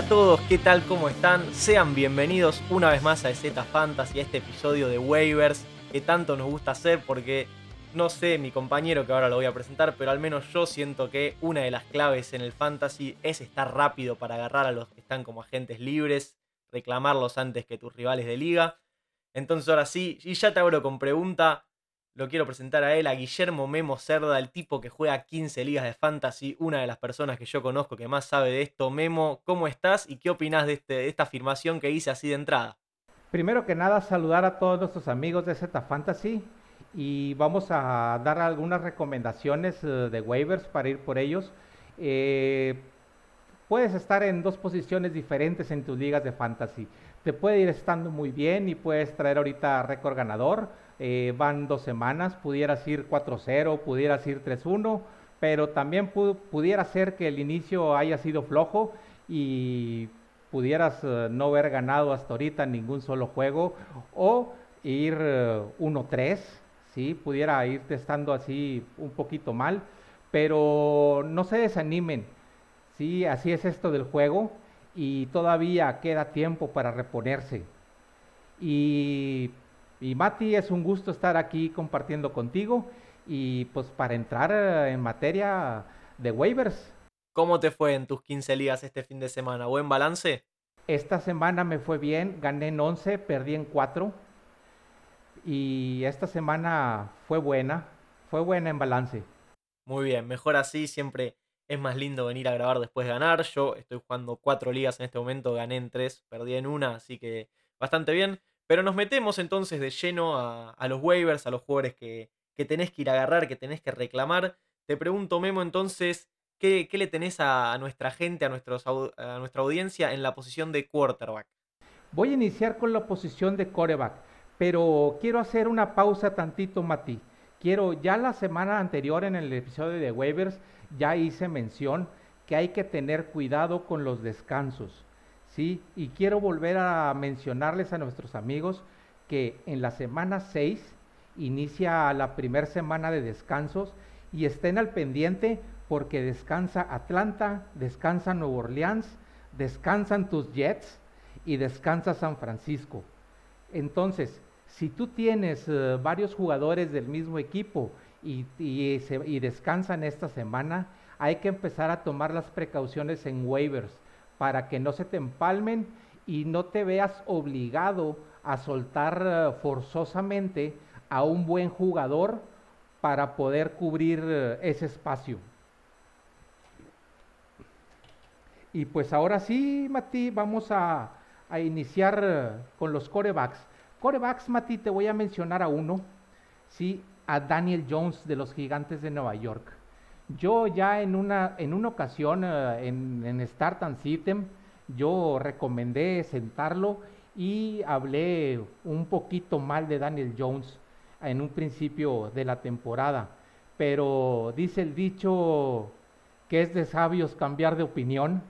a todos, ¿qué tal? ¿Cómo están? Sean bienvenidos una vez más a Z Fantasy, a este episodio de Waivers que tanto nos gusta hacer porque, no sé, mi compañero que ahora lo voy a presentar, pero al menos yo siento que una de las claves en el Fantasy es estar rápido para agarrar a los que están como agentes libres, reclamarlos antes que tus rivales de liga. Entonces ahora sí, y ya te abro con pregunta. Lo quiero presentar a él, a Guillermo Memo Cerda, el tipo que juega 15 ligas de fantasy, una de las personas que yo conozco que más sabe de esto. Memo, ¿cómo estás y qué opinás de esta afirmación que hice así de entrada? Primero que nada, saludar a todos nuestros amigos de Z Fantasy y vamos a dar algunas recomendaciones de waivers para ir por ellos. Eh, Puedes estar en dos posiciones diferentes en tus ligas de fantasy. Te puede ir estando muy bien y puedes traer ahorita récord ganador. Van 2 semanas, pudieras ir 4-0, pudieras ir 3-1, pero también pudiera ser que el inicio haya sido flojo y pudieras no haber ganado hasta ahorita ningún solo juego o ir 1-3, ¿sí? Pudiera irte estando así un poquito mal, pero no se desanimen. Sí, así es esto del juego y todavía queda tiempo para reponerse. Y, y Mati, es un gusto estar aquí compartiendo contigo y pues para entrar en materia de waivers. ¿Cómo te fue en tus 15 ligas este fin de semana? ¿Buen balance? Esta semana me fue bien, gané en 11, perdí en 4 y esta semana fue buena en balance. Muy bien, mejor así, siempre es más lindo venir a grabar después de ganar. Yo estoy jugando 4 ligas en este momento, gané en 3, perdí en una, así que bastante bien. Pero nos metemos entonces de lleno a los waivers, a los jugadores que tenés que ir a agarrar, que tenés que reclamar. Te pregunto, Memo, entonces, ¿qué le tenés a nuestra gente, a nuestra audiencia en la posición de quarterback? Voy a iniciar con la posición de coreback, pero quiero hacer una pausa tantito, Mati. Ya la semana anterior en el episodio de waivers ya hice mención que hay que tener cuidado con los descansos, ¿sí? Y quiero volver a mencionarles a nuestros amigos que en la semana 6 inicia la primera semana de descansos y estén al pendiente porque descansa Atlanta, descansa Nueva Orleans, descansan tus Jets y descansa San Francisco. Entonces, si tú tienes varios jugadores del mismo equipo y descansan esta semana, hay que empezar a tomar las precauciones en waivers para que no se te empalmen y no te veas obligado a soltar forzosamente a un buen jugador para poder cubrir ese espacio. Y pues ahora sí, Mati, vamos a iniciar con los corebacks. Corebacks, Mati, te voy a mencionar a uno, sí, a Daniel Jones de los Gigantes de Nueva York. Yo ya en una ocasión en Start and Sitem, yo recomendé sentarlo y hablé un poquito mal de Daniel Jones en un principio de la temporada. Pero dice el dicho que es de sabios cambiar de opinión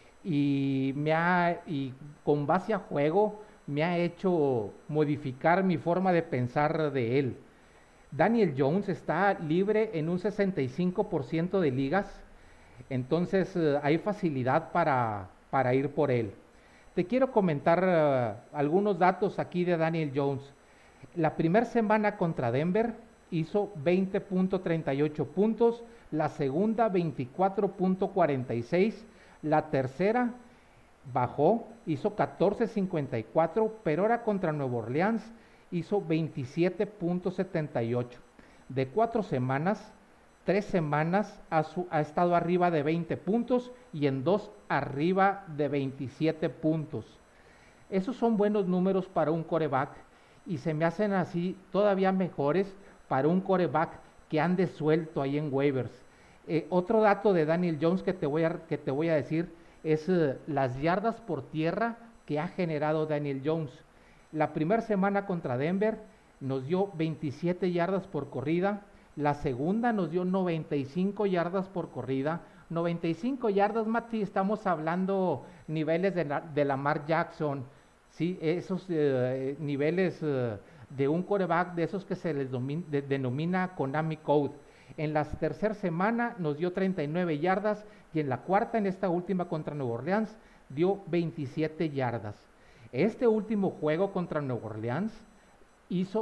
y con base a juego me ha hecho modificar mi forma de pensar de él. Daniel Jones está libre en un 65% de ligas, entonces hay facilidad para ir por él. Te quiero comentar algunos datos aquí de Daniel Jones. La primera semana contra Denver hizo 20.38 puntos, la segunda 24.46, la tercera bajó, hizo 14.54, pero ahora contra Nueva Orleans hizo 27.78. De 4 semanas, 3 semanas ha estado arriba de 20 puntos y en 2 arriba de 27 puntos. Esos son buenos números para un coreback y se me hacen así todavía mejores para un coreback que ande suelto ahí en waivers. Otro dato de Daniel Jones que te voy a decir es las yardas por tierra que ha generado Daniel Jones. La primera semana contra Denver nos dio 27 yardas por corrida, la segunda nos dio 95 yardas por corrida. 95 yardas, Mati, estamos hablando niveles de Lamar Jackson, ¿sí? Esos niveles de un coreback de esos que se les denomina Konami Code. En la tercera semana nos dio 39 yardas y en la cuarta, en esta última contra Nueva Orleans, dio 27 yardas. Este último juego contra Nueva Orleans hizo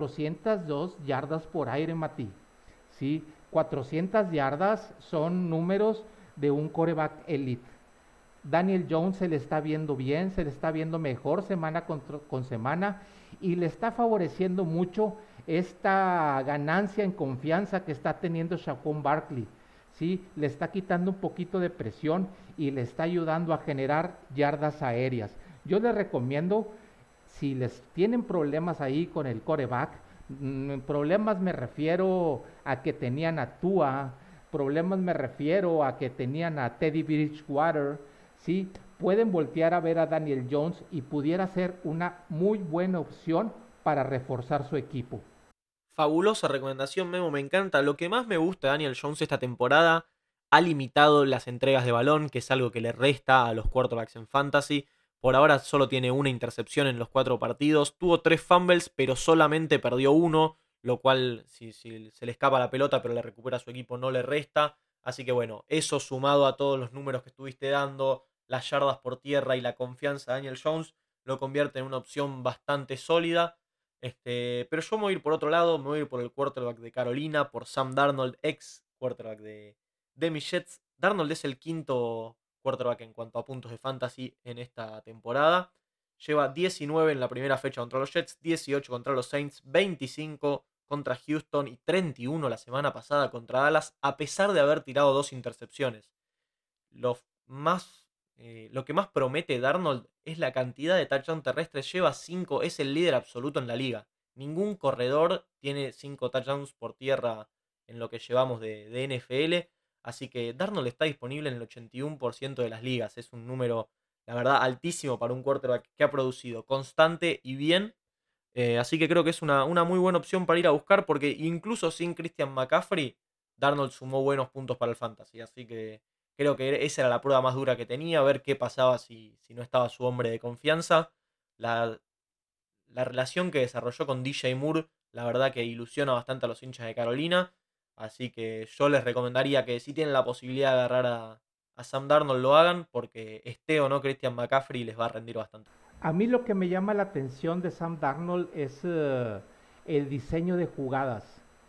402 yardas por aire, Mati. ¿Sí? 400 yardas son números de un quarterback elite. Daniel Jones se le está viendo bien, se le está viendo mejor semana con semana y le está favoreciendo mucho esta ganancia en confianza que está teniendo Saquon Barkley. ¿Sí? Le está quitando un poquito de presión y le está ayudando a generar yardas aéreas. Yo les recomiendo, si les tienen problemas ahí con el quarterback, problemas me refiero a que tenían a Tua, problemas me refiero a que tenían a Teddy Bridgewater, ¿sí? Pueden voltear a ver a Daniel Jones y pudiera ser una muy buena opción para reforzar su equipo. Fabulosa recomendación, Memo, me encanta. Lo que más me gusta de Daniel Jones esta temporada, ha limitado las entregas de balón, que es algo que le resta a los quarterbacks en fantasy. Por ahora solo tiene una intercepción en los 4 partidos. Tuvo 3 fumbles, pero solamente perdió uno, lo cual, si se le escapa la pelota, pero le recupera a su equipo, no le resta. Así que bueno, eso sumado a todos los números que estuviste dando, las yardas por tierra y la confianza de Daniel Jones, lo convierte en una opción bastante sólida. Pero yo me voy a ir por otro lado, me voy a ir por el quarterback de Carolina, por Sam Darnold, ex quarterback de mis Jets. Darnold es el quinto quarterback en cuanto a puntos de fantasy en esta temporada. Lleva 19 en la primera fecha contra los Jets, 18 contra los Saints, 25 contra Houston y 31 la semana pasada contra Dallas, a pesar de haber tirado 2 intercepciones. Lo, lo que más promete Darnold es la cantidad de touchdowns terrestres. Lleva 5, es el líder absoluto en la liga. Ningún corredor tiene 5 touchdowns por tierra en lo que llevamos de NFL. Así que Darnold está disponible en el 81% de las ligas. Es un número, la verdad, altísimo para un quarterback que ha producido constante y bien. Así que creo que es una muy buena opción para ir a buscar, porque incluso sin Christian McCaffrey, Darnold sumó buenos puntos para el fantasy. Así que creo que esa era la prueba más dura que tenía, ver qué pasaba si no estaba su hombre de confianza. La, la relación que desarrolló con DJ Moore, la verdad que ilusiona bastante a los hinchas de Carolina. Así que yo les recomendaría que si tienen la posibilidad de agarrar a Sam Darnold lo hagan, porque esté o no Christian McCaffrey les va a rendir bastante. A mí lo que me llama la atención de Sam Darnold es el diseño de jugadas.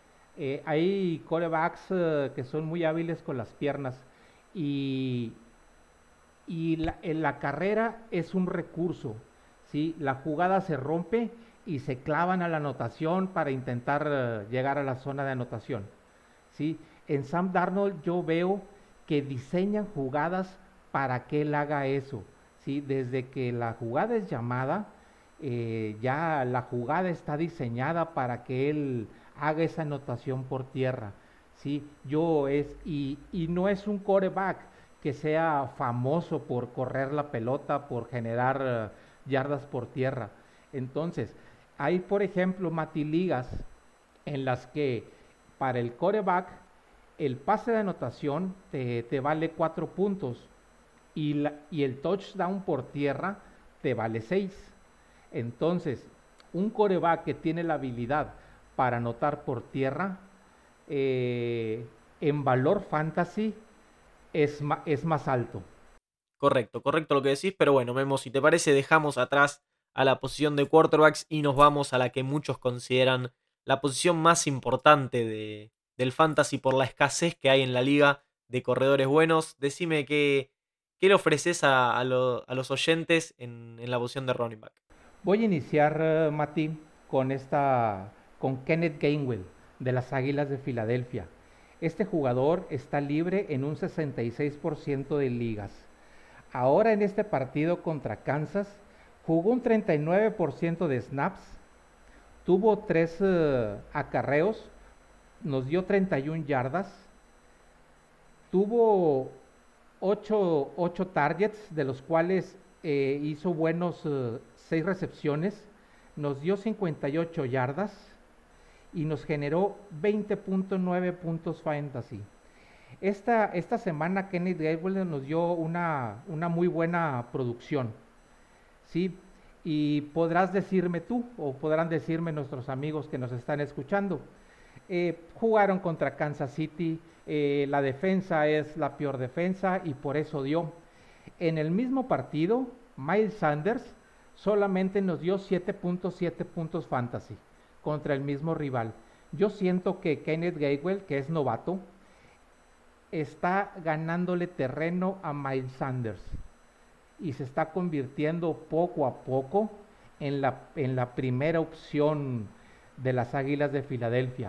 Hay quarterbacks que son muy hábiles con las piernas y, en la carrera es un recurso. ¿Sí? La jugada se rompe y se clavan a la anotación para intentar llegar a la zona de anotación. ¿Sí? En Sam Darnold yo veo que diseñan jugadas para que él haga eso. ¿Sí? Desde que la jugada es llamada, ya la jugada está diseñada para que él haga esa anotación por tierra. ¿Sí? Y no es un quarterback que sea famoso por correr la pelota, por generar yardas por tierra. Entonces, hay por ejemplo matiligas en las que para el quarterback el pase de anotación te vale 4 puntos y el touchdown por tierra te vale 6. Entonces, un quarterback que tiene la habilidad para anotar por tierra, en valor fantasy es más alto. Correcto, correcto lo que decís, pero bueno, Memo, si te parece, dejamos atrás a la posición de quarterbacks y nos vamos a la que muchos consideran la posición más importante del fantasy por la escasez que hay en la liga de corredores buenos. Decime qué le ofreces a los oyentes en la posición de running back. Voy a iniciar, Mati, con Kenneth Gainwell de las Águilas de Filadelfia. Este jugador está libre en un 66% de ligas. Ahora en este partido contra Kansas jugó un 39% de snaps, tuvo 3 acarreos, nos dio 31 yardas, tuvo 8 targets, de los cuales hizo buenos 6 recepciones, nos dio 58 yardas y nos generó 20.9 puntos fantasy. Esta semana Kenneth Gainwell nos dio una muy buena producción, ¿sí? Y podrás decirme tú, o podrán decirme nuestros amigos que nos están escuchando, jugaron contra Kansas City, la defensa es la peor defensa y por eso dio. En el mismo partido, Miles Sanders solamente nos dio 7.7 puntos fantasy contra el mismo rival. Yo siento que Kenneth Gainwell, que es novato, está ganándole terreno a Miles Sanders y se está convirtiendo poco a poco en la primera opción de las Águilas de Filadelfia.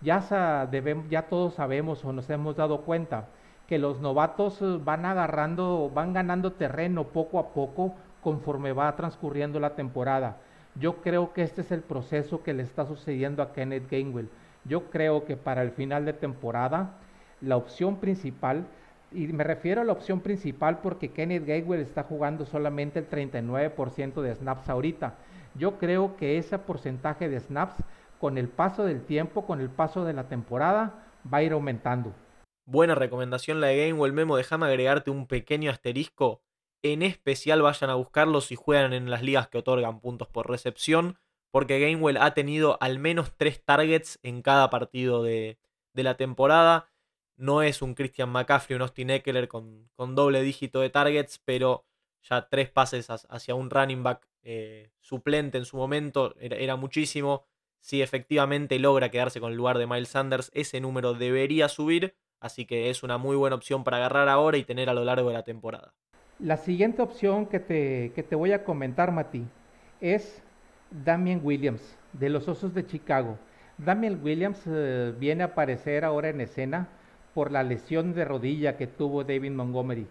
Ya todos sabemos o nos hemos dado cuenta que los novatos van ganando terreno poco a poco conforme va transcurriendo la temporada. Yo creo que este es el proceso que le está sucediendo a Kenneth Gainwell. Yo creo que para el final de temporada, la opción principal, y me refiero a la opción principal porque Kenneth Gainwell está jugando solamente el 39% de snaps ahorita. Yo creo que ese porcentaje de snaps, con el paso del tiempo, con el paso de la temporada, va a ir aumentando. Buena recomendación la de Gainwell, Memo. Déjame agregarte un pequeño asterisco. En especial vayan a buscarlo si juegan en las ligas que otorgan puntos por recepción, porque Gainwell ha tenido al menos 3 targets en cada partido de la temporada. No es un Christian McCaffrey, un Austin Eckler con doble dígito de targets, pero ya 3 pases hacia un running back suplente en su momento era muchísimo. Si efectivamente logra quedarse con el lugar de Miles Sanders, ese número debería subir. Así que es una muy buena opción para agarrar ahora y tener a lo largo de la temporada. La siguiente opción que te voy a comentar, Mati, es Damien Williams, de los Osos de Chicago. Damien Williams viene a aparecer ahora en escena por la lesión de rodilla que tuvo David Montgomery.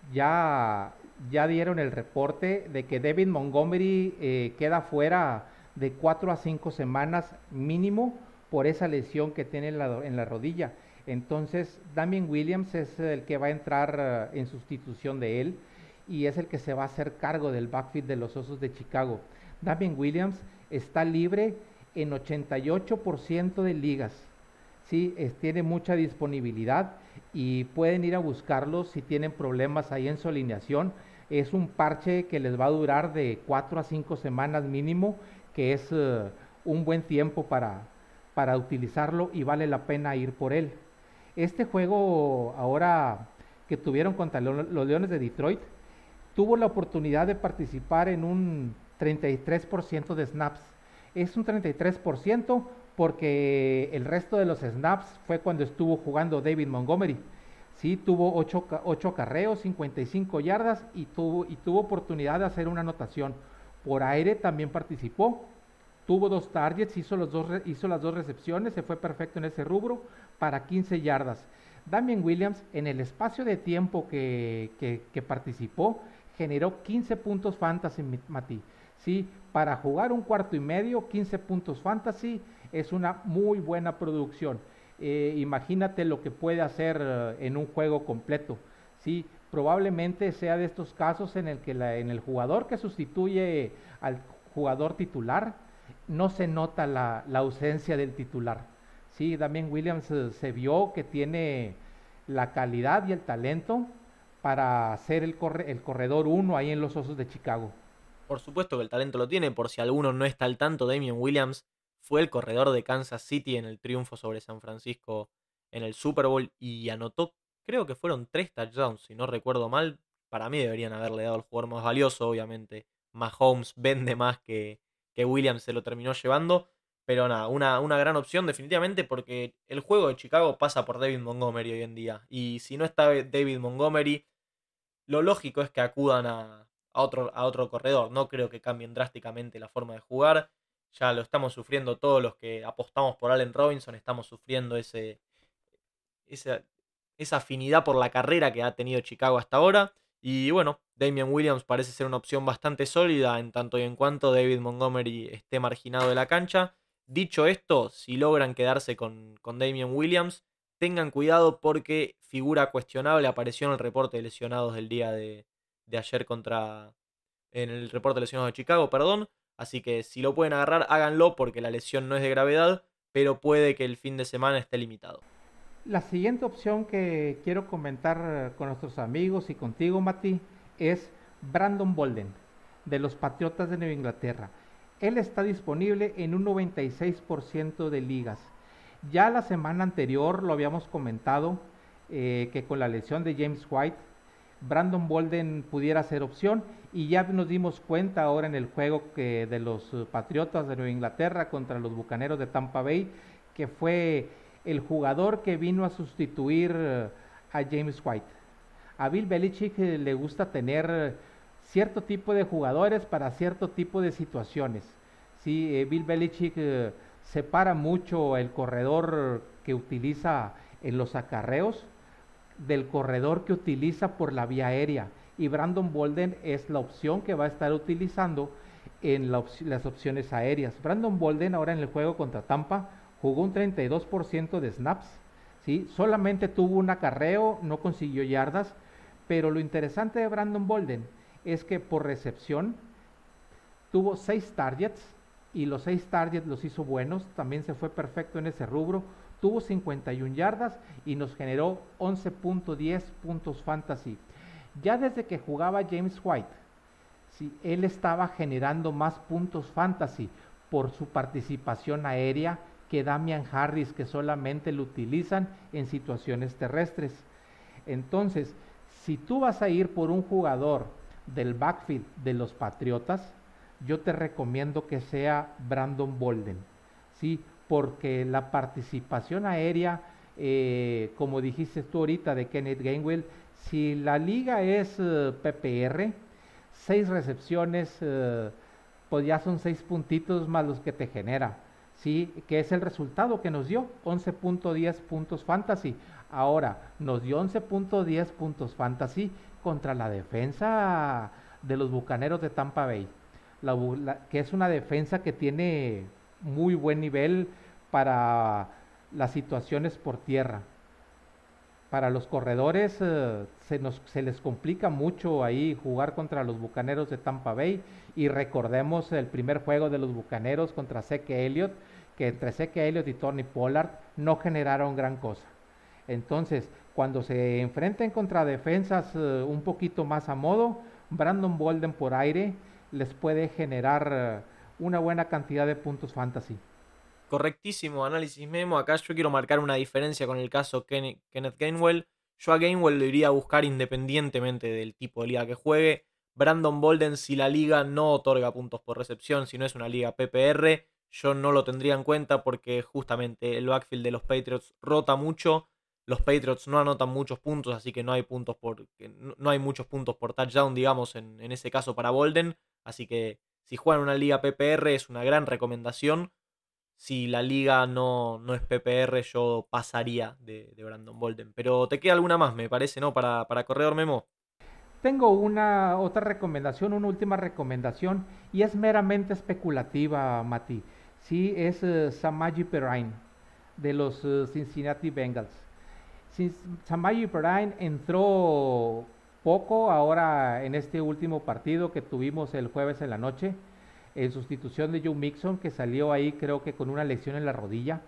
Ya dieron el reporte de que David Montgomery queda fuera de 4 a 5 semanas mínimo por esa lesión que tiene en la rodilla. Entonces, Damien Williams es el que va a entrar en sustitución de él y es el que se va a hacer cargo del backfield de los Osos de Chicago. Damien Williams está libre en 88% de ligas. Sí, tiene mucha disponibilidad y pueden ir a buscarlo si tienen problemas ahí en su alineación. Es un parche que les va a durar de 4 a 5 semanas mínimo, que es un buen tiempo para utilizarlo y vale la pena ir por él. Este juego ahora que tuvieron contra los Leones de Detroit, tuvo la oportunidad de participar en un 33% de snaps. Es un 33% porque el resto de los snaps fue cuando estuvo jugando David Montgomery. Sí, tuvo 8 acarreos, 55 yardas y tuvo oportunidad de hacer una anotación. Por aire también participó. Tuvo 2 targets, hizo las 2 recepciones, se fue perfecto en ese rubro para 15 yardas. Damien Williams, en el espacio de tiempo que participó, generó 15 puntos fantasy, Mati. Sí, para jugar un cuarto y medio, 15 puntos fantasy es una muy buena producción. Imagínate lo que puede hacer en un juego completo. Sí, probablemente sea de estos casos en el que en el jugador que sustituye al jugador titular, no se nota la ausencia del titular. Sí, Damien Williams se vio que tiene la calidad y el talento para ser el corredor 1 ahí en los Osos de Chicago. Por supuesto que el talento lo tiene, por si alguno no está al tanto, Damien Williams fue el corredor de Kansas City en el triunfo sobre San Francisco en el Super Bowl y anotó, creo que fueron 3 touchdowns, si no recuerdo mal. Para mí deberían haberle dado el jugador más valioso, obviamente. Mahomes vende más que Williams se lo terminó llevando. Pero nada, una gran opción definitivamente porque el juego de Chicago pasa por David Montgomery hoy en día. Y si no está David Montgomery, lo lógico es que acudan a otro corredor. No creo que cambien drásticamente la forma de jugar. Ya lo estamos sufriendo todos los que apostamos por Allen Robinson. Estamos sufriendo esa, esa afinidad por la carrera que ha tenido Chicago hasta ahora. Y bueno, Damien Williams parece ser una opción bastante sólida en tanto y en cuanto David Montgomery esté marginado de la cancha. Dicho esto, si logran quedarse con Damien Williams, tengan cuidado porque figura cuestionable apareció en el reporte de lesionados del día de ayer en el reporte de lesionados de Chicago, perdón. Así que si lo pueden agarrar, háganlo porque la lesión no es de gravedad, pero puede que el fin de semana esté limitado. La siguiente opción que quiero comentar con nuestros amigos y contigo, Mati, es Brandon Bolden, de los Patriotas de Nueva Inglaterra. Él está disponible en un 96% de ligas. Ya la semana anterior lo habíamos comentado, que con la lesión de James White, Brandon Bolden pudiera ser opción, y ya nos dimos cuenta ahora en el juego que de los Patriotas de Nueva Inglaterra contra los Bucaneros de Tampa Bay, que fue el jugador que vino a sustituir a James White. A Bill Belichick le gusta tener cierto tipo de jugadores para cierto tipo de situaciones. Sí, Bill Belichick separa mucho el corredor que utiliza en los acarreos del corredor que utiliza por la vía aérea, y Brandon Bolden es la opción que va a estar utilizando en las opciones aéreas. Brandon Bolden ahora en el juego contra Tampa jugó un 32% de snaps, ¿sí? Solamente tuvo un acarreo, no consiguió yardas, pero lo interesante de Brandon Bolden es que por recepción tuvo 6 targets, y los 6 targets los hizo buenos, también se fue perfecto en ese rubro, tuvo 51 yardas y nos generó 11.10 puntos fantasy. Ya desde que jugaba James White, sí, él estaba generando más puntos fantasy por su participación aérea que Damian Harris, que solamente lo utilizan en situaciones terrestres. Entonces, si tú vas a ir por un jugador del backfield de los Patriotas, yo te recomiendo que sea Brandon Bolden, ¿sí? Porque la participación aérea, como dijiste tú ahorita de Kenneth Gainwell, si la liga es PPR, 6 recepciones, pues ya son 6 puntitos más los que te genera, ¿sí? Que es el resultado que nos dio, 11.10 puntos fantasy. Ahora, nos dio 11.10 puntos fantasy contra la defensa de los Bucaneros de Tampa Bay, que es una defensa que tiene muy buen nivel para las situaciones por tierra. Para los corredores se les complica mucho ahí jugar contra los Bucaneros de Tampa Bay, y recordemos el primer juego de los Bucaneros contra Zeke Elliott, que entre Zeke Elliott y Tony Pollard no generaron gran cosa. Entonces, cuando se enfrenten contra defensas un poquito más a modo, Brandon Bolden por aire les puede generar una buena cantidad de puntos fantasy. Correctísimo análisis, Memo. Acá yo quiero marcar una diferencia con el caso Kenneth Gainwell. Yo a Gainwell lo iría a buscar independientemente del tipo de liga que juegue. Brandon Bolden, si la liga no otorga puntos por recepción, si no es una liga PPR, yo no lo tendría en cuenta porque justamente el backfield de los Patriots rota mucho. Los Patriots no anotan muchos puntos, así que no hay puntos no hay muchos puntos por touchdown, digamos, en ese caso para Bolden. Así que si juegan una liga PPR es una gran recomendación. Si la liga no es PPR, yo pasaría de Brandon Bolden. Pero te queda alguna más, me parece, ¿no? Para Corredor Memo. Tengo una otra recomendación, una última recomendación, y es meramente especulativa, Mati. Sí, es Samaje Perine de los Cincinnati Bengals. Samaje Perine entró poco ahora en este último partido que tuvimos el jueves en la noche, en sustitución de Joe Mixon, que salió ahí creo que con una lesión en la rodilla.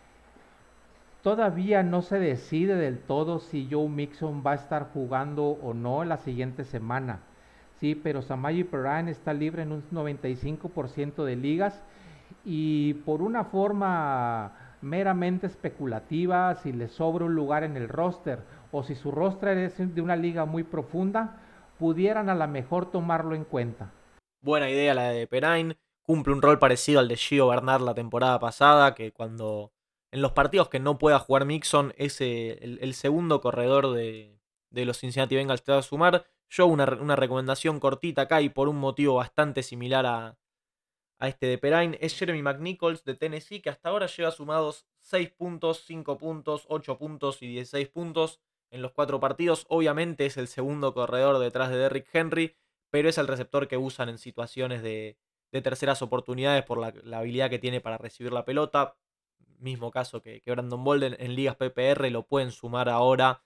Todavía no se decide del todo si Joe Mixon va a estar jugando o no la siguiente semana. Sí, pero Samaje Perine está libre en un 95% de ligas, y por una forma meramente especulativa, si le sobra un lugar en el roster o si su roster es de una liga muy profunda, pudieran a lo mejor tomarlo en cuenta. Buena idea la de Perine. Cumple un rol parecido al de Gio Bernard la temporada pasada, que cuando en los partidos que no pueda jugar Mixon es el segundo corredor de los Cincinnati Bengals te va a sumar. Yo una recomendación cortita acá y por un motivo bastante similar a este de Perine es Jeremy McNichols de Tennessee, que hasta ahora lleva sumados 6 puntos, 5 puntos, 8 puntos y 16 puntos en los 4 partidos. Obviamente es el segundo corredor detrás de Derrick Henry, pero es el receptor que usan en situaciones de terceras oportunidades por la habilidad que tiene para recibir la pelota. Mismo caso que Brandon Bolden en ligas PPR, lo pueden sumar ahora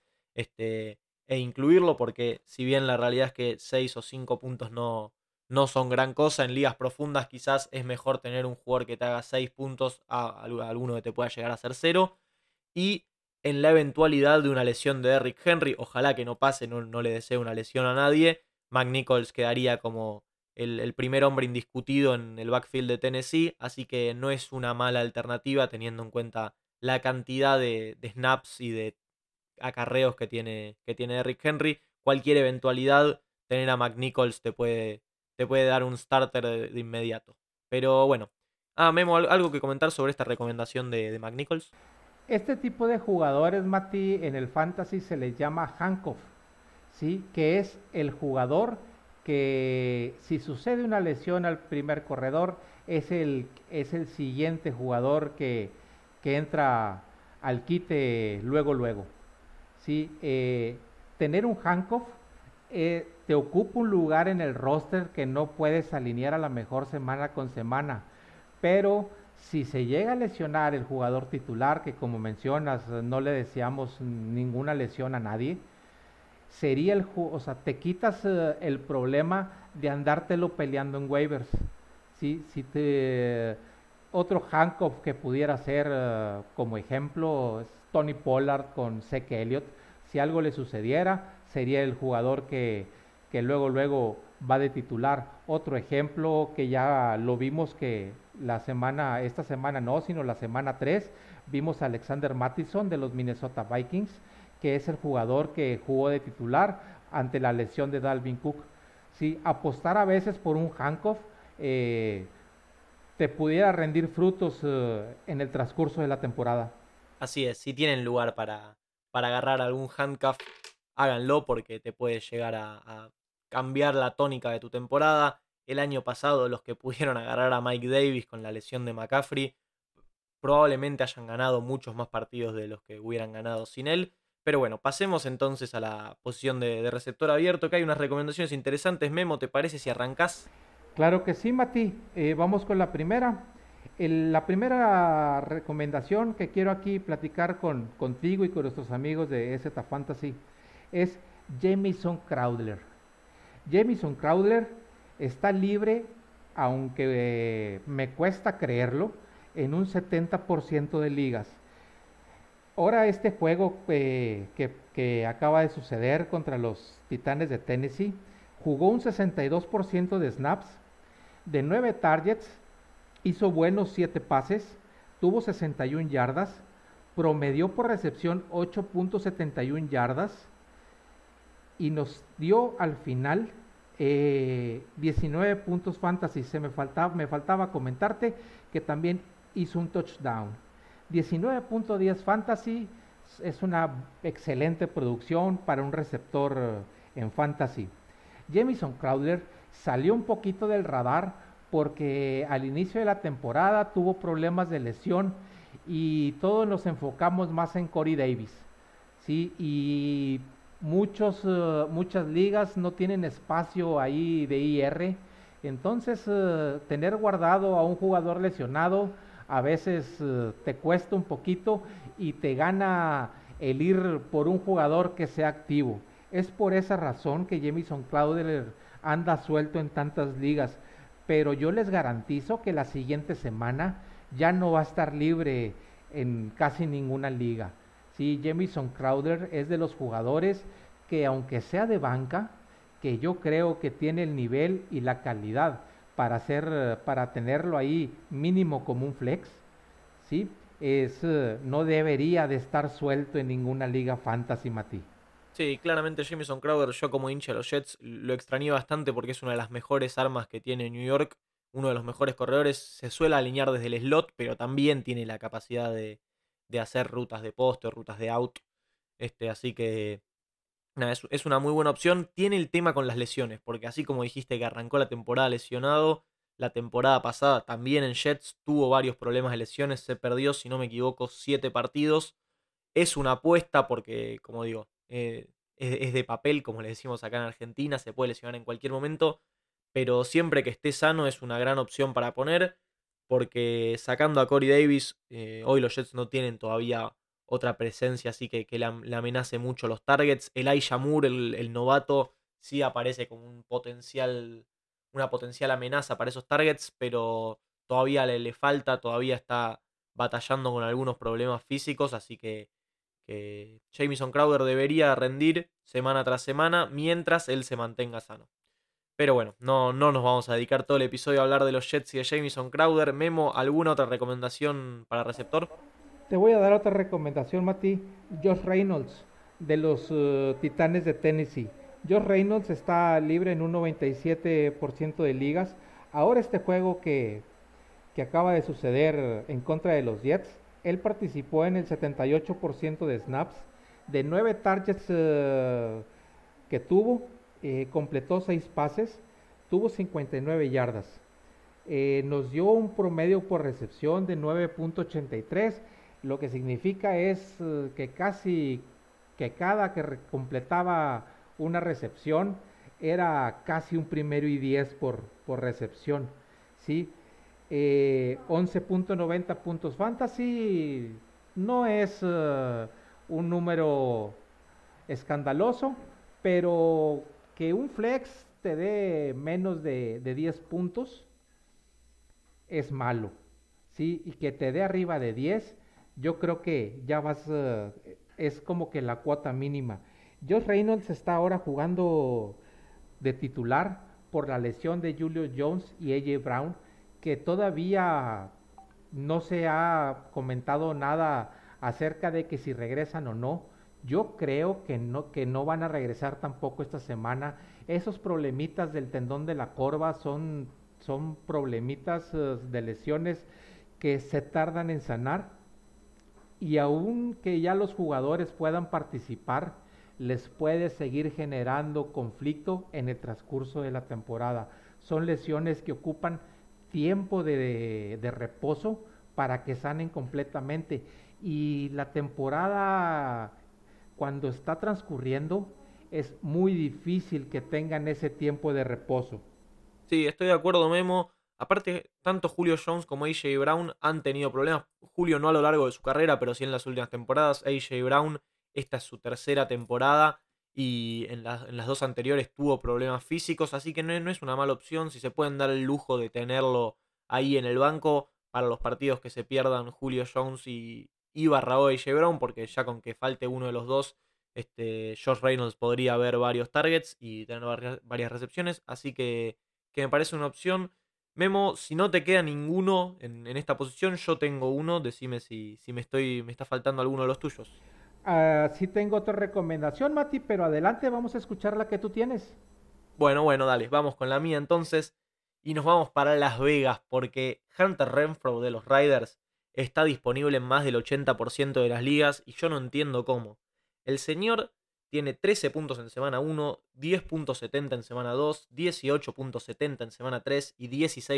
e incluirlo, porque si bien la realidad es que 6 o 5 puntos no son gran cosa, en ligas profundas quizás es mejor tener un jugador que te haga 6 puntos a alguno que te pueda llegar a hacer 0. Y en la eventualidad de una lesión de Derrick Henry, ojalá que no pase, no le deseo una lesión a nadie, McNichols quedaría como el primer hombre indiscutido en el backfield de Tennessee, así que no es una mala alternativa teniendo en cuenta la cantidad de snaps y de acarreos que tiene Derrick Henry. cualquier eventualidad, tener a McNichols te puede dar un starter de inmediato. Pero bueno. Memo, ¿algo que comentar sobre esta recomendación de McNichols? Este tipo de jugadores, Mati, en el fantasy se les llama handcuff, ¿sí? Que es el jugador que si sucede una lesión al primer corredor, es el siguiente jugador que entra al quite luego, luego. ¿Sí? Tener un handcuff te ocupa un lugar en el roster que no puedes alinear a la mejor semana con semana. Pero si se llega a lesionar el jugador titular, que como mencionas, no le deseamos ninguna lesión a nadie, sería o sea, te quitas el problema de andártelo peleando en waivers. ¿Sí? Si te otro handcuff que pudiera ser como ejemplo es Tony Pollard con Zeke Elliott. Si algo le sucediera, sería el jugador que luego va de titular. Otro ejemplo que ya lo vimos que esta semana no, sino la semana 3 vimos a Alexander Mattison de los Minnesota Vikings, que es el jugador que jugó de titular ante la lesión de Dalvin Cook. Sí, apostar a veces por un handcuff te pudiera rendir frutos en el transcurso de la temporada. Así es, si tienen lugar para agarrar algún handcuff, háganlo porque te puede llegar a cambiar la tónica de tu temporada. El año pasado los que pudieron agarrar a Mike Davis con la lesión de McCaffrey probablemente hayan ganado muchos más partidos de los que hubieran ganado sin él. Pero bueno, pasemos entonces a la posición de receptor abierto, que hay unas recomendaciones interesantes. Memo, ¿te parece si arrancás? Claro que sí, Mati. Vamos con la primera. La primera recomendación que quiero aquí platicar contigo y con nuestros amigos de EZ Fantasy es Jamison Crowder. Jamison Crowder está libre, aunque me cuesta creerlo, en un 70% de ligas. Ahora este juego que acaba de suceder contra los Titanes de Tennessee, jugó un 62% de snaps, de 9 targets, hizo buenos 7 pases, tuvo 61 yardas, promedió por recepción 8.71 yardas y nos dio al final 19 puntos fantasy. Me faltaba comentarte que también hizo un touchdown. 19.10 fantasy es una excelente producción para un receptor en fantasy. Jamison Crowder salió un poquito del radar porque al inicio de la temporada tuvo problemas de lesión y todos nos enfocamos más en Corey Davis, ¿sí? Y muchas ligas no tienen espacio ahí de IR, entonces tener guardado a un jugador lesionado a veces te cuesta un poquito y te gana el ir por un jugador que sea activo. Es por esa razón que Jamison Crowder anda suelto en tantas ligas, pero yo les garantizo que la siguiente semana ya no va a estar libre en casi ninguna liga. Sí, Jamison Crowder es de los jugadores que aunque sea de banca, que yo creo que tiene el nivel y la calidad para tenerlo ahí mínimo como un flex, ¿sí? No debería de estar suelto en ninguna liga fantasy, Mati. Sí, claramente Jamison Crowder, yo como hincha de los Jets, lo extrañé bastante porque es una de las mejores armas que tiene New York, uno de los mejores corredores, se suele alinear desde el slot, pero también tiene la capacidad de hacer rutas de poste, rutas de out, así que nada, es una muy buena opción. Tiene el tema con las lesiones, porque así como dijiste que arrancó la temporada lesionado, la temporada pasada también en Jets tuvo varios problemas de lesiones, se perdió, si no me equivoco, 7 partidos. Es una apuesta porque, como digo, es de papel, como le decimos acá en Argentina, se puede lesionar en cualquier momento, pero siempre que esté sano es una gran opción para poner, porque sacando a Corey Davis, hoy los Jets no tienen todavía otra presencia así que le amenace mucho los targets. Elijah Moore, el novato, sí aparece como una potencial amenaza para esos targets, pero todavía le falta, todavía está batallando con algunos problemas físicos, así que Jamison Crowder debería rendir semana tras semana mientras él se mantenga sano. Pero bueno, no nos vamos a dedicar todo el episodio a hablar de los Jets y de Jamison Crowder. Memo, ¿alguna otra recomendación para receptor? Te voy a dar otra recomendación, Mati. Josh Reynolds, de los Titanes de Tennessee. Josh Reynolds está libre en un 97% de ligas. Ahora este juego que acaba de suceder en contra de los Jets, él participó en el 78% de snaps, de 9 targets que tuvo, completó 6 pases, tuvo 59 yardas. Nos dio un promedio por recepción de 9.83, lo que significa es que cada que completaba una recepción era casi un primero y 10 por recepción, ¿sí? 11.90 puntos fantasy no es un número escandaloso, pero que un flex te dé menos de 10 puntos es malo, ¿sí? Y que te dé arriba de 10, yo creo que ya vas, es como que la cuota mínima. Josh Reynolds está ahora jugando de titular por la lesión de Julio Jones y AJ Brown, que todavía no se ha comentado nada acerca de que si regresan o no. Yo creo que no van a regresar tampoco esta semana. Esos problemitas del tendón de la corva son problemitas de lesiones que se tardan en sanar, y aun que ya los jugadores puedan participar, les puede seguir generando conflicto en el transcurso de la temporada. Son lesiones que ocupan tiempo de reposo para que sanen completamente. Y la temporada, cuando está transcurriendo, es muy difícil que tengan ese tiempo de reposo. Sí, estoy de acuerdo, Memo. Aparte, tanto Julio Jones como AJ Brown han tenido problemas. Julio no a lo largo de su carrera, pero sí en las últimas temporadas. AJ Brown, esta es su tercera temporada y en las dos anteriores tuvo problemas físicos, así que no es una mala opción. Si se pueden dar el lujo de tenerlo ahí en el banco para los partidos que se pierdan Julio Jones y barra o AJ Brown, porque ya con que falte uno de los dos, Josh Reynolds podría ver varios targets y tener varias recepciones, así que me parece una opción. Memo, si no te queda ninguno en esta posición, yo tengo uno. Decime si me está faltando alguno de los tuyos. Sí tengo otra recomendación, Mati, pero adelante, vamos a escuchar la que tú tienes. Bueno, dale, vamos con la mía entonces. Y nos vamos para Las Vegas, porque Hunter Renfrow de los Riders está disponible en más del 80% de las ligas y yo no entiendo cómo. El señor tiene 13 puntos en semana 1, 10.70 en semana 2, 18.70 en semana 3 y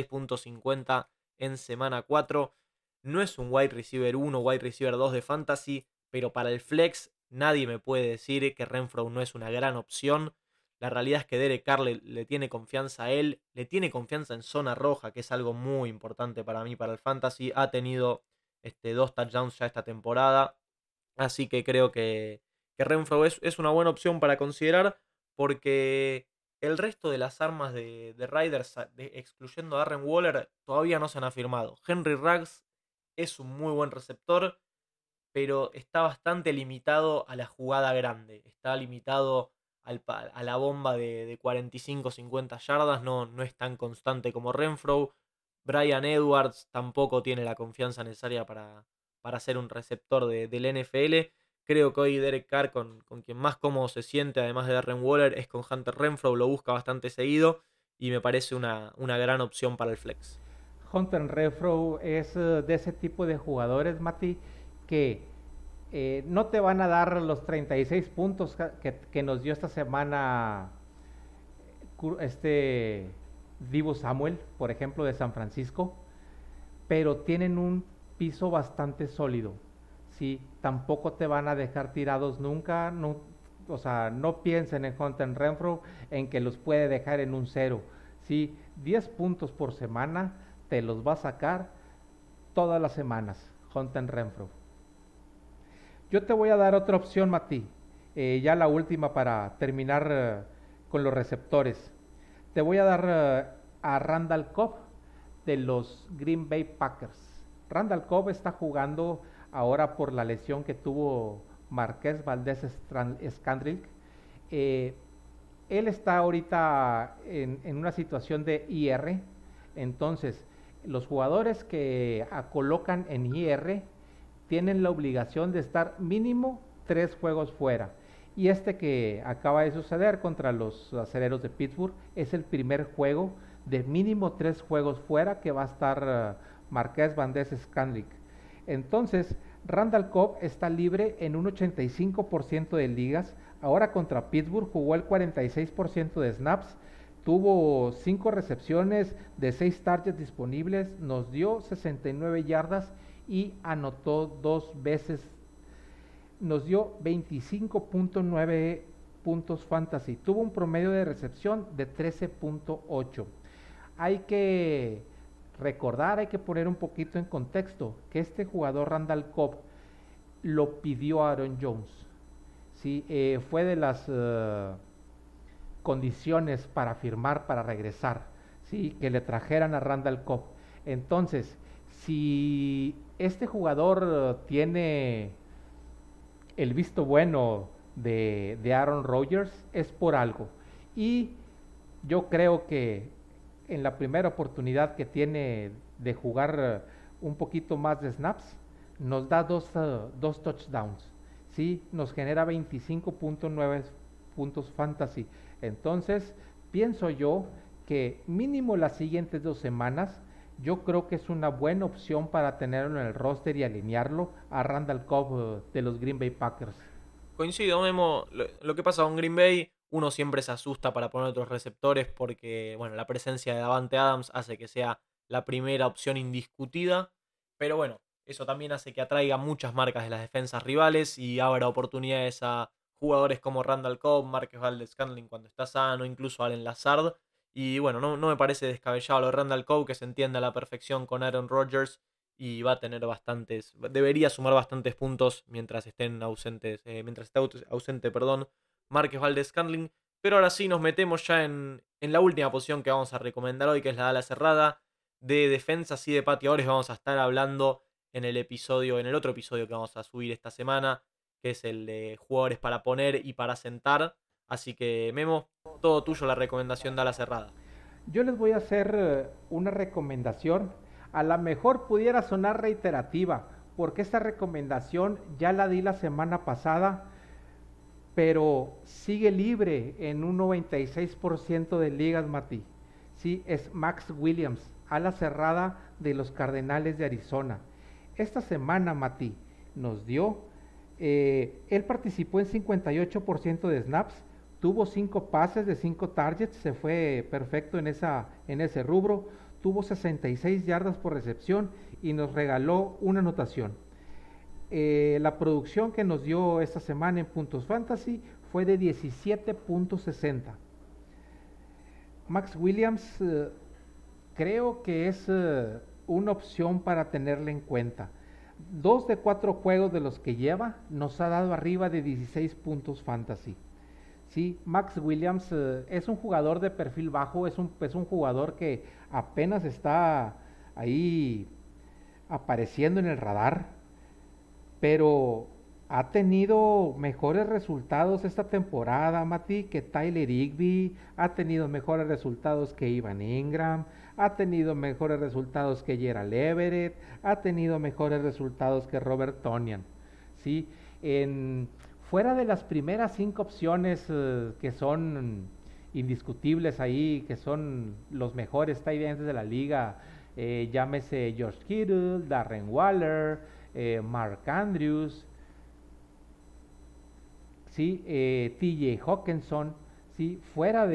16.50 en semana 4. No es un wide receiver 1, wide receiver 2 de fantasy, pero para el flex nadie me puede decir que Renfrow no es una gran opción. La realidad es que Derek Carr le tiene confianza a él, le tiene confianza en zona roja, que es algo muy importante para mí, para el fantasy. Ha tenido 2 touchdowns ya esta temporada, así que creo que Renfro es una buena opción para considerar, porque el resto de las armas de Riders, excluyendo a Darren Waller, todavía no se han afirmado. Henry Ruggs es un muy buen receptor, pero está bastante limitado a la jugada grande. Está limitado a la bomba de 45-50 yardas. No es tan constante como Renfro. Brian Edwards tampoco tiene la confianza necesaria para ser un receptor del NFL. Creo que hoy Derek Carr, con quien más cómodo se siente, además de Darren Waller, es con Hunter Renfro. Lo busca bastante seguido y me parece una gran opción para el flex. Hunter Renfrow es de ese tipo de jugadores, Mati, que no te van a dar los 36 puntos que nos dio esta semana este Divo Samuel, por ejemplo, de San Francisco, pero tienen un piso bastante sólido. Sí, tampoco te van a dejar tirados nunca. No, o sea, no piensen en Hunter Renfro en que los puede dejar en un cero. Sí, 10 puntos por semana te los va a sacar todas las semanas, Hunter Renfro. Yo te voy a dar otra opción, Mati. Ya la última para terminar con los receptores. Te voy a dar a Randall Cobb de los Green Bay Packers. Randall Cobb está jugando ahora por la lesión que tuvo Marqués Valdés Scandrick. Eh, Él está ahorita en una situación de IR, entonces los jugadores que colocan en IR tienen la obligación de estar mínimo 3 juegos fuera. Y este que acaba de suceder contra los Acereros de Pittsburgh es el primer juego de mínimo 3 juegos fuera que va a estar Marqués Valdez-Scantling. Entonces, Randall Cobb está libre en un 85% de ligas. Ahora contra Pittsburgh jugó el 46% de snaps, tuvo 5 recepciones de 6 targets disponibles, nos dio 69 yardas y anotó 2 veces, nos dio 25.9 puntos fantasy. Tuvo un promedio de recepción de 13.8. Hay que recordar, hay que poner un poquito en contexto que este jugador Randall Cobb lo pidió Aaron Jones. ¿Sí? Fue de las condiciones para firmar, para regresar, ¿sí? Que le trajeran a Randall Cobb. Entonces, si este jugador tiene el visto bueno de Aaron Rodgers, es por algo. Y yo creo que en la primera oportunidad que tiene de jugar un poquito más de snaps, nos da dos touchdowns. ¿Sí? Nos genera 25.9 puntos fantasy. Entonces, pienso yo que mínimo las siguientes 2 semanas, yo creo que es una buena opción para tenerlo en el roster y alinearlo a Randall Cobb de los Green Bay Packers. Coincido, Memo. Lo que pasa con Green Bay, uno siempre se asusta para poner otros receptores porque, bueno, la presencia de Davante Adams hace que sea la primera opción indiscutida. Pero bueno, eso también hace que atraiga muchas marcas de las defensas rivales y abra oportunidades a jugadores como Randall Cobb, Marquez Valdez-Scantling cuando está sano, incluso Allen Lazard. Y bueno, no me parece descabellado lo de Randall Cobb, que se entiende a la perfección con Aaron Rodgers y va a tener debería sumar bastantes puntos mientras estén ausentes, mientras esté ausente, perdón, Márquez Valdez-Scantling. Pero ahora sí nos metemos ya en la última posición que vamos a recomendar hoy, que es la ala cerrada. De defensas y de pateadores vamos a estar hablando en el otro episodio que vamos a subir esta semana, que es el de jugadores para poner y para sentar. Así que, Memo, todo tuyo la recomendación de ala cerrada. Yo les voy a hacer una recomendación. A lo mejor pudiera sonar reiterativa, porque esta recomendación ya la di la semana pasada, pero sigue libre en un 96% de ligas, Mati. Sí, es Max Williams, ala cerrada de los Cardenales de Arizona. Esta semana, Mati, nos dio, él participó en 58% de snaps, tuvo 5 pases de 5 targets, se fue perfecto en ese rubro, tuvo 66 yardas por recepción y nos regaló una anotación. La producción que nos dio esta semana en puntos fantasy fue de 17.60. Max Williams creo que es una opción para tenerla en cuenta. 2 de 4 juegos de los que lleva nos ha dado arriba de 16 puntos fantasy. Sí, Max Williams es un jugador de perfil bajo, es un jugador que apenas está ahí apareciendo en el radar, pero ha tenido mejores resultados esta temporada, Mati, que Tyler Higbee, ha tenido mejores resultados que Ivan Ingram, ha tenido mejores resultados que Gerald Everett, ha tenido mejores resultados que Robert Tonyan, ¿sí? Fuera de las primeras 5 opciones que son indiscutibles ahí, que son los mejores tight ends de la liga, llámese George Kittle, Darren Waller, Mark Andrews, ¿sí? TJ Hawkinson, ¿sí? Fuera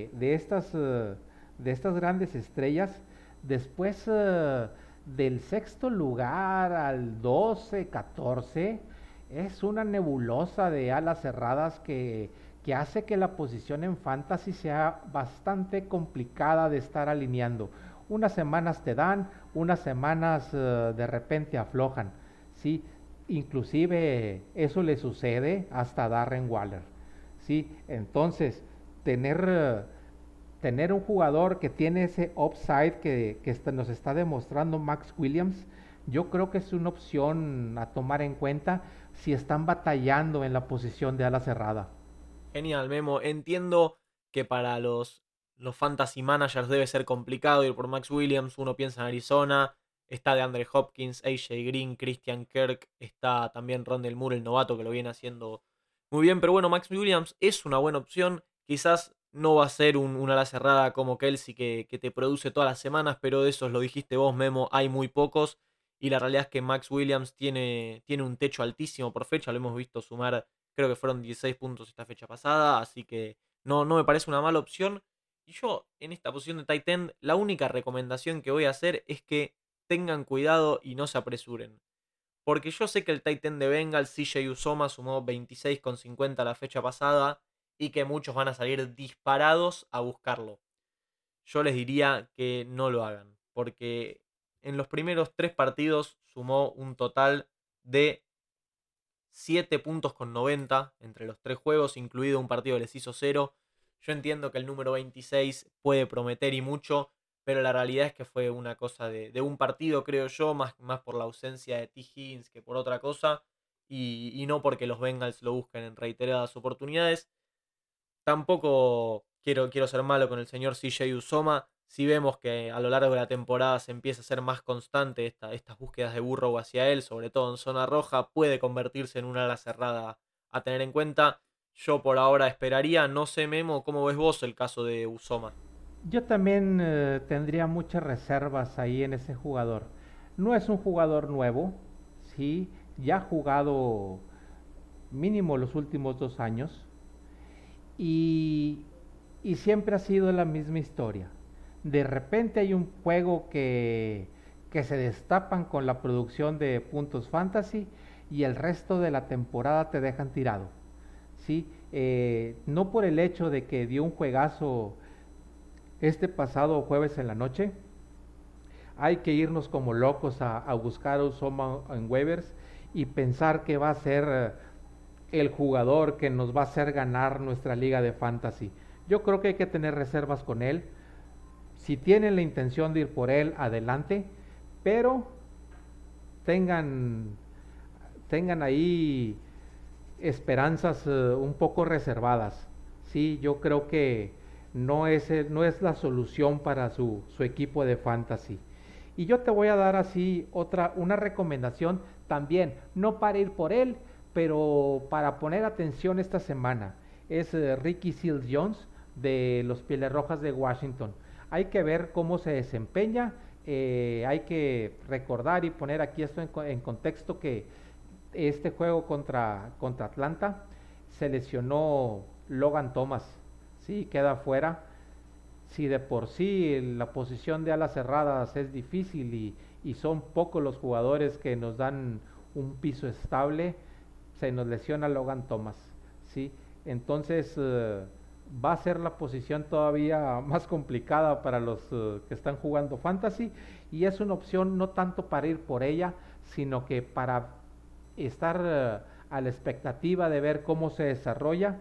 de estas grandes estrellas, después del sexto lugar al 12, 14, es una nebulosa de alas cerradas que hace que la posición en fantasy sea bastante complicada de estar alineando. Unas semanas te dan, unas semanas de repente aflojan, ¿sí? Inclusive eso le sucede hasta Darren Waller, ¿sí? Entonces, tener, tener un jugador que tiene ese upside que nos está demostrando Max Williams, yo creo que es una opción a tomar en cuenta si están batallando en la posición de ala cerrada. Genial, Memo. Entiendo que para los fantasy managers debe ser complicado ir por Max Williams. Uno piensa en Arizona, está de Andre Hopkins, AJ Green, Christian Kirk, está también Rondell Moore, el novato, que lo viene haciendo Muy bien, pero bueno, Max Williams es una buena opción. Quizás no va a ser un ala cerrada como Kelsey que te produce todas las semanas, pero de esos lo dijiste vos, Memo, hay muy pocos. Y la realidad es que Max Williams tiene un techo altísimo por fecha. Lo hemos visto sumar, creo que fueron 16 puntos esta fecha pasada. Así que no me parece una mala opción. Y yo, en esta posición de tight end, la única recomendación que voy a hacer es que tengan cuidado y no se apresuren. Porque yo sé que el tight end de Bengals, CJ Uzomah, sumó 26,50 la fecha pasada y que muchos van a salir disparados a buscarlo. Yo les diría que no lo hagan, porque en los primeros 3 partidos sumó un total de 7 puntos con 90 entre los 3 juegos, incluido un partido que les hizo 0. Yo entiendo que el número 26 puede prometer y mucho, pero la realidad es que fue una cosa de un partido, creo yo, más por la ausencia de T. Higgins que por otra cosa, y no porque los Bengals lo busquen en reiteradas oportunidades. Tampoco quiero ser malo con el señor CJ Uzomah. Si vemos que a lo largo de la temporada se empieza a ser más constante estas búsquedas de Burrow hacia él, sobre todo en zona roja, puede convertirse en una ala cerrada a tener en cuenta. Yo por ahora esperaría, no sé Memo, ¿cómo ves vos el caso de Uzomah? Yo también tendría muchas reservas ahí en ese jugador. No es un jugador nuevo, sí, ya ha jugado mínimo los últimos 2 años y, y siempre ha sido la misma historia. De repente hay un juego que se destapan con la producción de puntos fantasy y el resto de la temporada te dejan tirado. ¿Sí? No por el hecho de que dio un juegazo este pasado jueves en la noche, hay que irnos como locos a buscar a Uzomah en waivers y pensar que va a ser el jugador que nos va a hacer ganar nuestra liga de fantasy. Yo creo que hay que tener reservas con él. Si tienen la intención de ir por él, adelante, pero tengan, tengan ahí esperanzas un poco reservadas. Sí, yo creo que no es la solución para su equipo de fantasy. Y yo te voy a dar así una recomendación también, no para ir por él, pero para poner atención esta semana. Es Ricky Seals Jones de los Pieles Rojas de Washington. Hay que ver cómo se desempeña. Hay que recordar y poner aquí esto en contexto que este juego contra Atlanta se lesionó Logan Thomas, sí, queda fuera. Si de por sí la posición de alas cerradas es difícil y son pocos los jugadores que nos dan un piso estable, se nos lesiona Logan Thomas, sí. Entonces va a ser la posición todavía más complicada para los que están jugando fantasy y es una opción no tanto para ir por ella, sino que para estar a la expectativa de ver cómo se desarrolla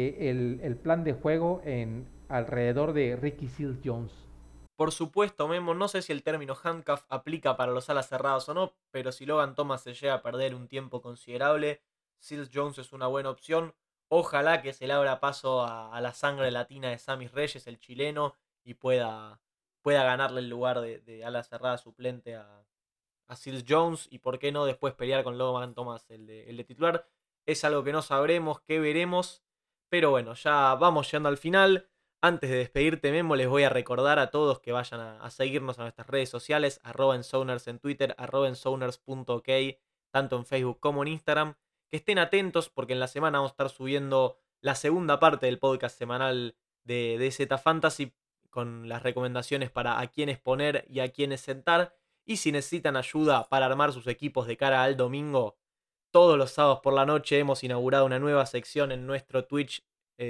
el plan de juego alrededor de Ricky Seals Jones. Por supuesto, Memo, no sé si el término handcuff aplica para los alas cerradas o no, pero si Logan Thomas se llega a perder un tiempo considerable, Seals Jones es una buena opción. Ojalá que se le abra paso a la sangre latina de Sammy Reyes, el chileno, y pueda ganarle el lugar de ala cerrada suplente a Seals Jones y por qué no después pelear con Logan Thomas el de titular. Es algo que no sabremos, que veremos, pero bueno, ya vamos llegando al final. Antes de despedirte, Memo, les voy a recordar a todos que vayan a seguirnos a nuestras redes sociales, @ensowners en Twitter, @ensowners.ok, tanto en Facebook como en Instagram. Que estén atentos porque en la semana vamos a estar subiendo la segunda parte del podcast semanal de Z Fantasy con las recomendaciones para a quiénes poner y a quiénes sentar. Y si necesitan ayuda para armar sus equipos de cara al domingo, todos los sábados por la noche hemos inaugurado una nueva sección en nuestro Twitch,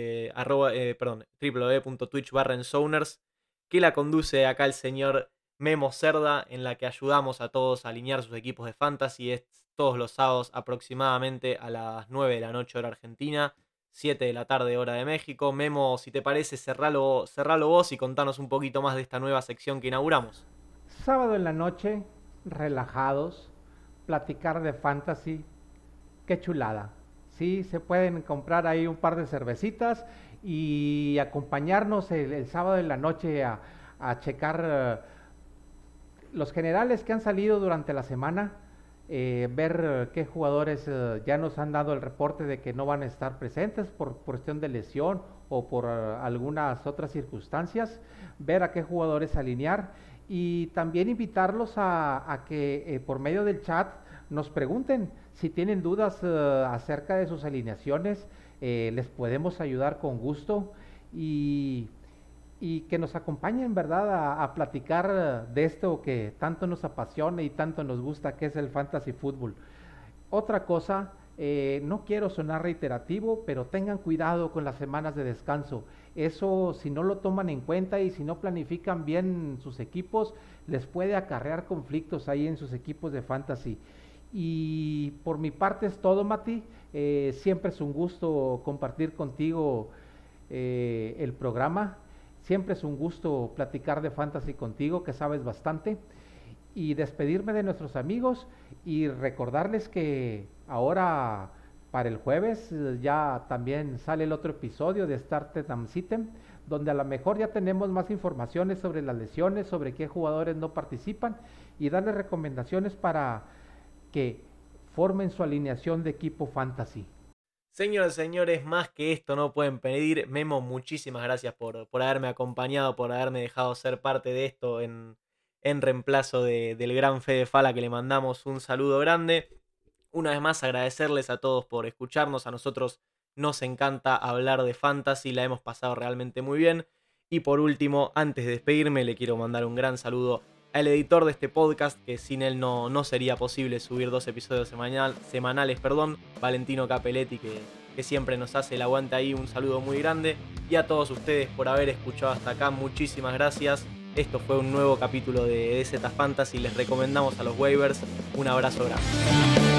www.twitch.ensoners, que la conduce acá el señor Memo Cerda, en la que ayudamos a todos a alinear sus equipos de fantasy. Es todos los sábados aproximadamente a las 9 de la noche hora argentina, 7 de la tarde hora de México. Memo, si te parece, cerralo vos y contanos un poquito más de esta nueva sección que inauguramos. Sábado en la noche, relajados, platicar de fantasy, qué chulada. Sí, se pueden comprar ahí un par de cervecitas y acompañarnos el sábado en la noche a checar los generales que han salido durante la semana. ver qué jugadores ya nos han dado el reporte de que no van a estar presentes por cuestión de lesión o por algunas otras circunstancias, ver a qué jugadores alinear y también invitarlos a que por medio del chat nos pregunten si tienen dudas acerca de sus alineaciones, les podemos ayudar con gusto y, y que nos acompañen, ¿verdad? A platicar de esto que tanto nos apasiona y tanto nos gusta, que es el fantasy fútbol. Otra cosa, no quiero sonar reiterativo, pero tengan cuidado con las semanas de descanso. Eso, si no lo toman en cuenta y si no planifican bien sus equipos, les puede acarrear conflictos ahí en sus equipos de fantasy. Y por mi parte es todo, Mati. Siempre es un gusto compartir contigo el programa. Siempre es un gusto platicar de fantasy contigo, que sabes bastante. Y despedirme de nuestros amigos y recordarles que ahora para el jueves ya también sale el otro episodio de Started and Sitem, donde a lo mejor ya tenemos más informaciones sobre las lesiones, sobre qué jugadores no participan y darles recomendaciones para que formen su alineación de equipo fantasy. Señoras y señores, más que esto no pueden pedir. Memo, muchísimas gracias por haberme acompañado, por haberme dejado ser parte de esto en reemplazo del gran Fede Fala, que le mandamos un saludo grande. Una vez más agradecerles a todos por escucharnos. A nosotros nos encanta hablar de fantasy, la hemos pasado realmente muy bien. Y por último, antes de despedirme, le quiero mandar un gran saludo al editor de este podcast, que sin él no sería posible subir 2 episodios semanales, Valentino Capelletti, que siempre nos hace el aguante ahí. Un saludo muy grande. Y a todos ustedes por haber escuchado hasta acá, muchísimas gracias. Esto fue un nuevo capítulo de DZ Fantasy. Les recomendamos a los waivers. Un abrazo grande.